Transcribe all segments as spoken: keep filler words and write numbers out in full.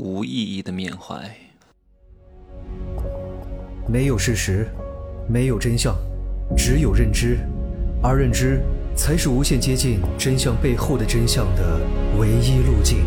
无意义的缅怀。 没有事实，没有真相，只有认知，而认知才是无限接近真相背后的真相的唯一路径。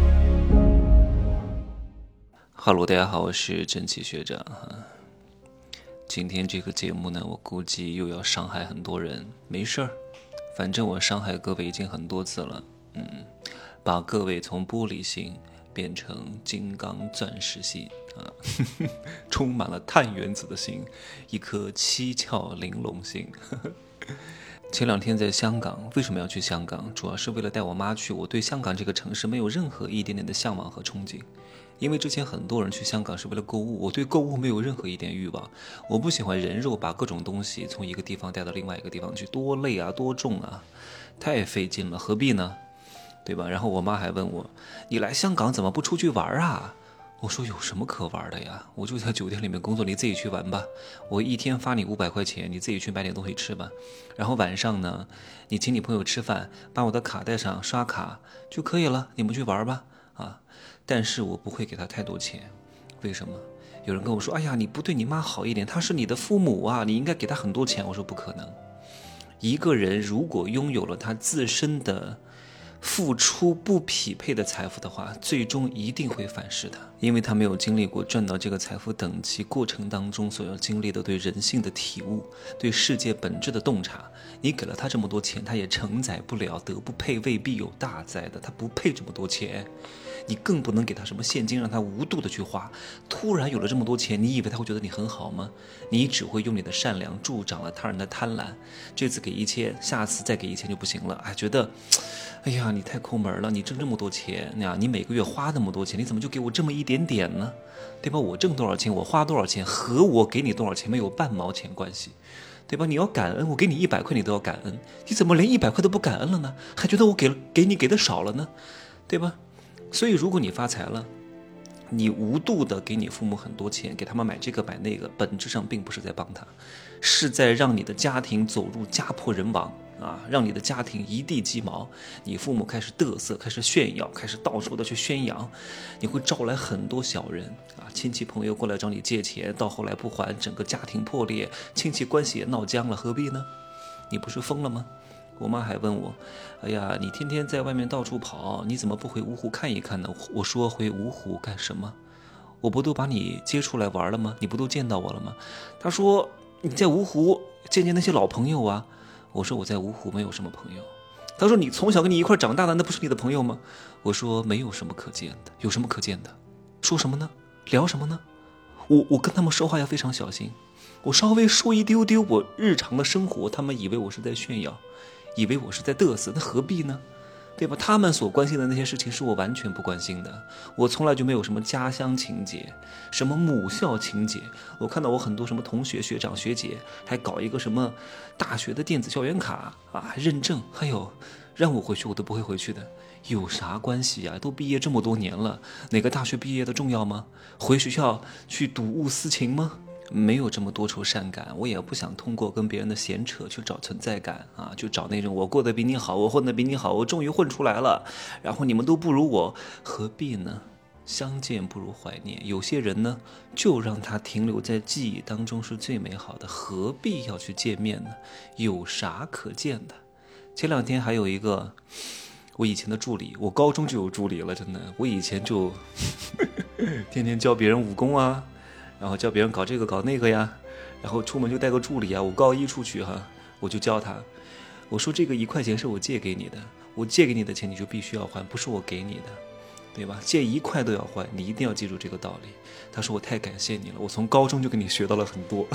哈喽，大家好，我是真奇学长。今天这个节目呢，我估计又要伤害很多人，没事儿，反正我伤害各位已经很多次了，嗯，把各位从玻璃心变成金刚钻石心啊，充满了碳原子的心，一颗七窍玲珑心。前两天在香港，为什么要去香港？主要是为了带我妈去。我对香港这个城市没有任何一点点的向往和憧憬，因为之前很多人去香港是为了购物，我对购物没有任何一点欲望。我不喜欢人肉把各种东西从一个地方带到另外一个地方去，多累啊，多重啊，太费劲了，何必呢？对吧？然后我妈还问我，你来香港怎么不出去玩啊？我说有什么可玩的呀？我就在酒店里面工作，你自己去玩吧。我一天发你五百块钱，你自己去买点东西吃吧。然后晚上呢，你请你朋友吃饭，把我的卡带上刷卡就可以了，你们去玩吧。啊，但是我不会给他太多钱，为什么？有人跟我说，哎呀，你不对你妈好一点，她是你的父母啊，你应该给她很多钱。我说不可能。一个人如果拥有了他自身的付出不匹配的财富的话，最终一定会反噬他，因为他没有经历过赚到这个财富等级过程当中所要经历的对人性的体悟，对世界本质的洞察。你给了他这么多钱，他也承载不了，德不配位必有大哉的，他不配这么多钱。你更不能给他什么现金让他无度的去花。突然有了这么多钱，你以为他会觉得你很好吗？你只会用你的善良助长了他人的贪婪。这次给一千，下次再给一千就不行了。哎，觉得哎呀，你太抠门了，你挣这么多钱呀，你每个月花那么多钱，你怎么就给我这么一点点呢？对吧？我挣多少钱，我花多少钱，和我给你多少钱没有半毛钱关系，对吧？你要感恩，我给你一百块你都要感恩，你怎么连一百块都不感恩了呢？还觉得我给了给你给的少了呢，对吧？所以如果你发财了，你无度的给你父母很多钱，给他们买这个买那个，本质上并不是在帮他，是在让你的家庭走入家破人亡啊，让你的家庭一地鸡毛。你父母开始嘚瑟，开始炫耀，开始到处的去宣扬，你会招来很多小人啊，亲戚朋友过来找你借钱，到后来不还，整个家庭破裂，亲戚关系也闹僵了，何必呢？你不是疯了吗？我妈还问我，哎呀，你天天在外面到处跑，你怎么不回芜湖看一看呢？我说回芜湖干什么？我不都把你接出来玩了吗？你不都见到我了吗？她说你在芜湖见见那些老朋友啊。我说我在芜湖没有什么朋友。她说你从小跟你一块长大的那不是你的朋友吗？我说没有什么可见的。有什么可见的？说什么呢？聊什么呢？我我跟他们说话要非常小心，我稍微说一丢丢我日常的生活，他们以为我是在炫耀，以为我是在嘚瑟，那何必呢？对吧？他们所关心的那些事情是我完全不关心的。我从来就没有什么家乡情节，什么母校情节。我看到我很多什么同学学长学姐还搞一个什么大学的电子校园卡啊，还认证，还有让我回去我都不会回去的，有啥关系呀？都毕业这么多年了，哪个大学毕业的重要吗？回学校去睹物思情吗？没有这么多愁善感，我也不想通过跟别人的闲扯去找存在感啊，就找那种我过得比你好，我混得比你好，我终于混出来了，然后你们都不如我，何必呢？相见不如怀念，有些人呢，就让他停留在记忆当中是最美好的，何必要去见面呢？有啥可见的？前两天还有一个我以前的助理，我高中就有助理了，真的，我以前就天天教别人武功啊，然后教别人搞这个搞那个呀，然后出门就带个助理啊。我高一出去哈，我就教他，我说这个一块钱是我借给你的，我借给你的钱你就必须要还，不是我给你的，对吧？借一块都要还，你一定要记住这个道理。他说我太感谢你了，我从高中就跟你学到了很多。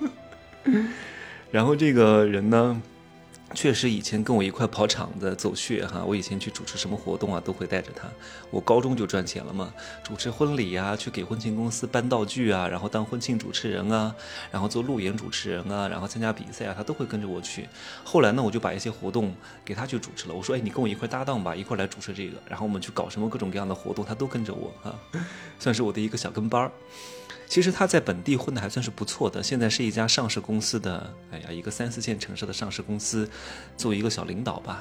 然后这个人呢，确实以前跟我一块跑场子走穴哈，我以前去主持什么活动啊，都会带着他。我高中就赚钱了嘛，主持婚礼啊，去给婚庆公司搬道具啊，然后当婚庆主持人啊，然后做路演主持人啊，然后参加比赛啊，他都会跟着我去。后来呢，我就把一些活动给他去主持了。我说，哎，你跟我一块搭档吧，一块来主持这个，然后我们去搞什么各种各样的活动，他都跟着我啊，算是我的一个小跟班。其实他在本地混的还算是不错的，现在是一家上市公司的，哎呀，一个三四线城市的上市公司，作为一个小领导吧，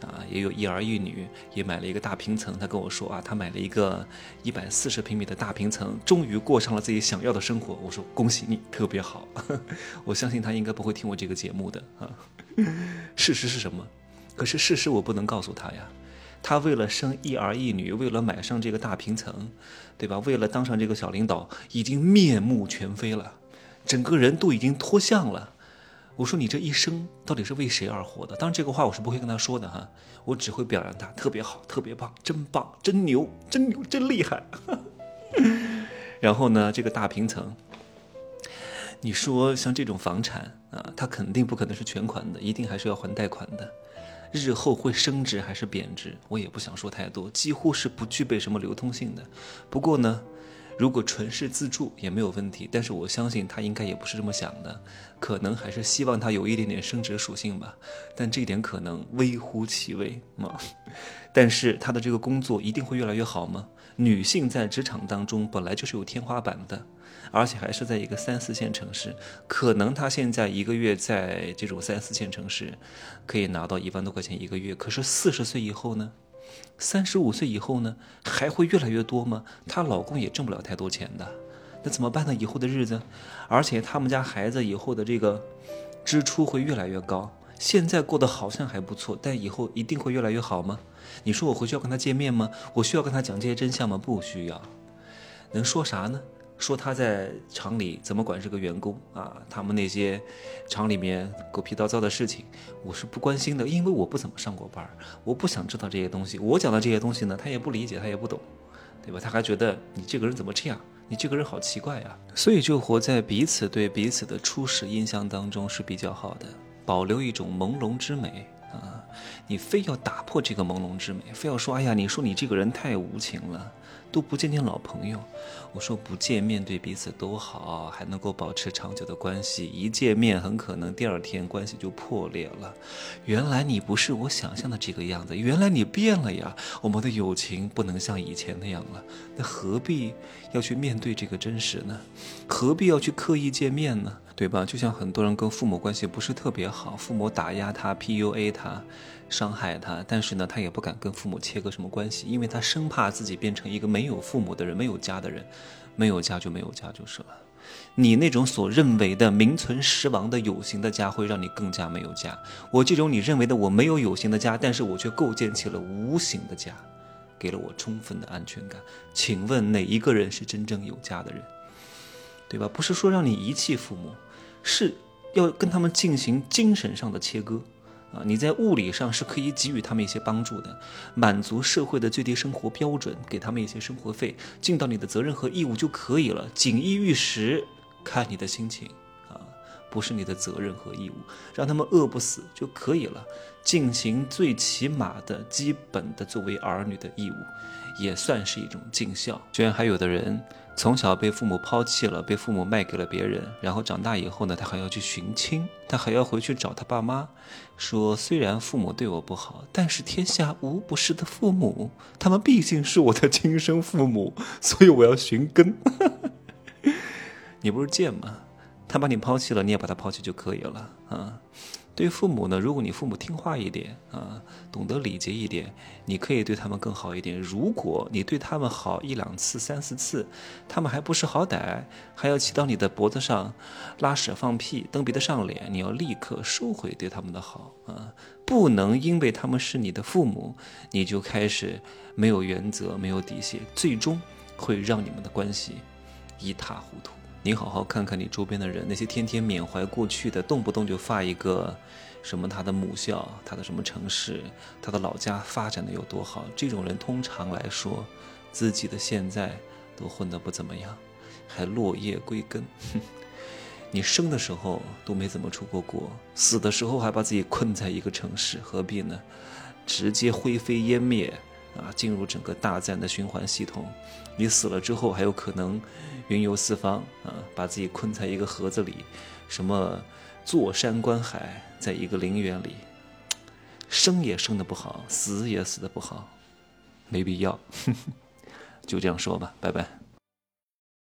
啊，也有一儿一女，也买了一个大平层。他跟我说啊，他买了一个一百四十平米的大平层，终于过上了自己想要的生活。我说恭喜你，特别好。我相信他应该不会听我这个节目的啊。事实是什么？可是事实我不能告诉他呀。他为了生一儿一女，为了买上这个大平层，对吧？为了当上这个小领导，已经面目全非了，整个人都已经脱相了。我说你这一生到底是为谁而活的？当然这个话我是不会跟他说的哈，我只会表扬他特别好，特别棒，真棒，真牛，真牛，真厉害。然后呢，这个大平层，你说像这种房产啊，它肯定不可能是全款的，一定还是要还贷款的。日后会升值还是贬值，我也不想说太多，几乎是不具备什么流通性的。不过呢，如果纯是自住也没有问题，但是我相信他应该也不是这么想的，可能还是希望他有一点点升值属性吧，但这点可能微乎其微嘛。但是他的这个工作一定会越来越好吗？女性在职场当中本来就是有天花板的，而且还是在一个三四线城市，可能他现在一个月在这种三四线城市可以拿到一万多块钱一个月，可是四十岁以后呢？三十五岁以后呢，还会越来越多吗？她老公也挣不了太多钱的，那怎么办呢？以后的日子，而且他们家孩子以后的这个支出会越来越高。现在过得好像还不错，但以后一定会越来越好吗？你说我回去要跟他见面吗？我需要跟他讲这些真相吗？不需要。能说啥呢？说他在厂里怎么管这个员工啊，他们那些厂里面狗屁叨糟的事情，我是不关心的，因为我不怎么上过班，我不想知道这些东西。我讲的这些东西呢，他也不理解，他也不懂，对吧？他还觉得你这个人怎么这样，你这个人好奇怪呀。所以就活在彼此对彼此的初始印象当中是比较好的，保留一种朦胧之美啊。你非要打破这个朦胧之美，非要说哎呀，你说你这个人太无情了，都不见见老朋友。我说不见面对彼此都好，还能够保持长久的关系，一见面很可能第二天关系就破裂了。原来你不是我想象的这个样子，原来你变了呀，我们的友情不能像以前那样了，那何必要去面对这个真实呢？何必要去刻意见面呢？对吧？就像很多人跟父母关系不是特别好，父母打压他 P U A 他伤害他，但是呢他也不敢跟父母切割什么关系，因为他生怕自己变成一个没有父母的人，没有家的人，没有家就没有家就是了。你那种所认为的名存实亡的有形的家会让你更加没有家，我这种你认为的我没有有形的家，但是我却构建起了无形的家，给了我充分的安全感。请问哪一个人是真正有家的人？对吧？不是说让你遗弃父母，是要跟他们进行精神上的切割啊！你在物理上是可以给予他们一些帮助的，满足社会的最低生活标准，给他们一些生活费，尽到你的责任和义务就可以了。锦衣玉食，看你的心情啊，不是你的责任和义务，让他们饿不死就可以了。进行最起码的基本的作为儿女的义务，也算是一种尽孝。居然还有的人从小被父母抛弃了，被父母卖给了别人，然后长大以后呢，他还要去寻亲，他还要回去找他爸妈，说虽然父母对我不好，但是天下无不是的父母，他们毕竟是我的亲生父母，所以我要寻根。你不是贱吗？他把你抛弃了，你也把他抛弃就可以了啊。对父母呢，如果你父母听话一点啊，懂得礼节一点，你可以对他们更好一点。如果你对他们好一两次、三四次，他们还不识好歹，还要骑到你的脖子上拉屎放屁、蹬鼻子上脸，你要立刻收回对他们的好啊！不能因为他们是你的父母，你就开始没有原则、没有底线，最终会让你们的关系一塌糊涂。你好好看看你周边的人，那些天天缅怀过去的，动不动就发一个什么他的母校、他的什么城市、他的老家发展的有多好，这种人通常来说自己的现在都混得不怎么样，还落叶归根。你生的时候都没怎么出过国，死的时候还把自己困在一个城市，何必呢？直接灰飞烟灭啊，进入整个大自然的循环系统。你死了之后还有可能云游四方啊，把自己困在一个盒子里，什么坐山观海，在一个陵园里，生也生得不好，死也死得不好，没必要。就这样说吧，拜拜。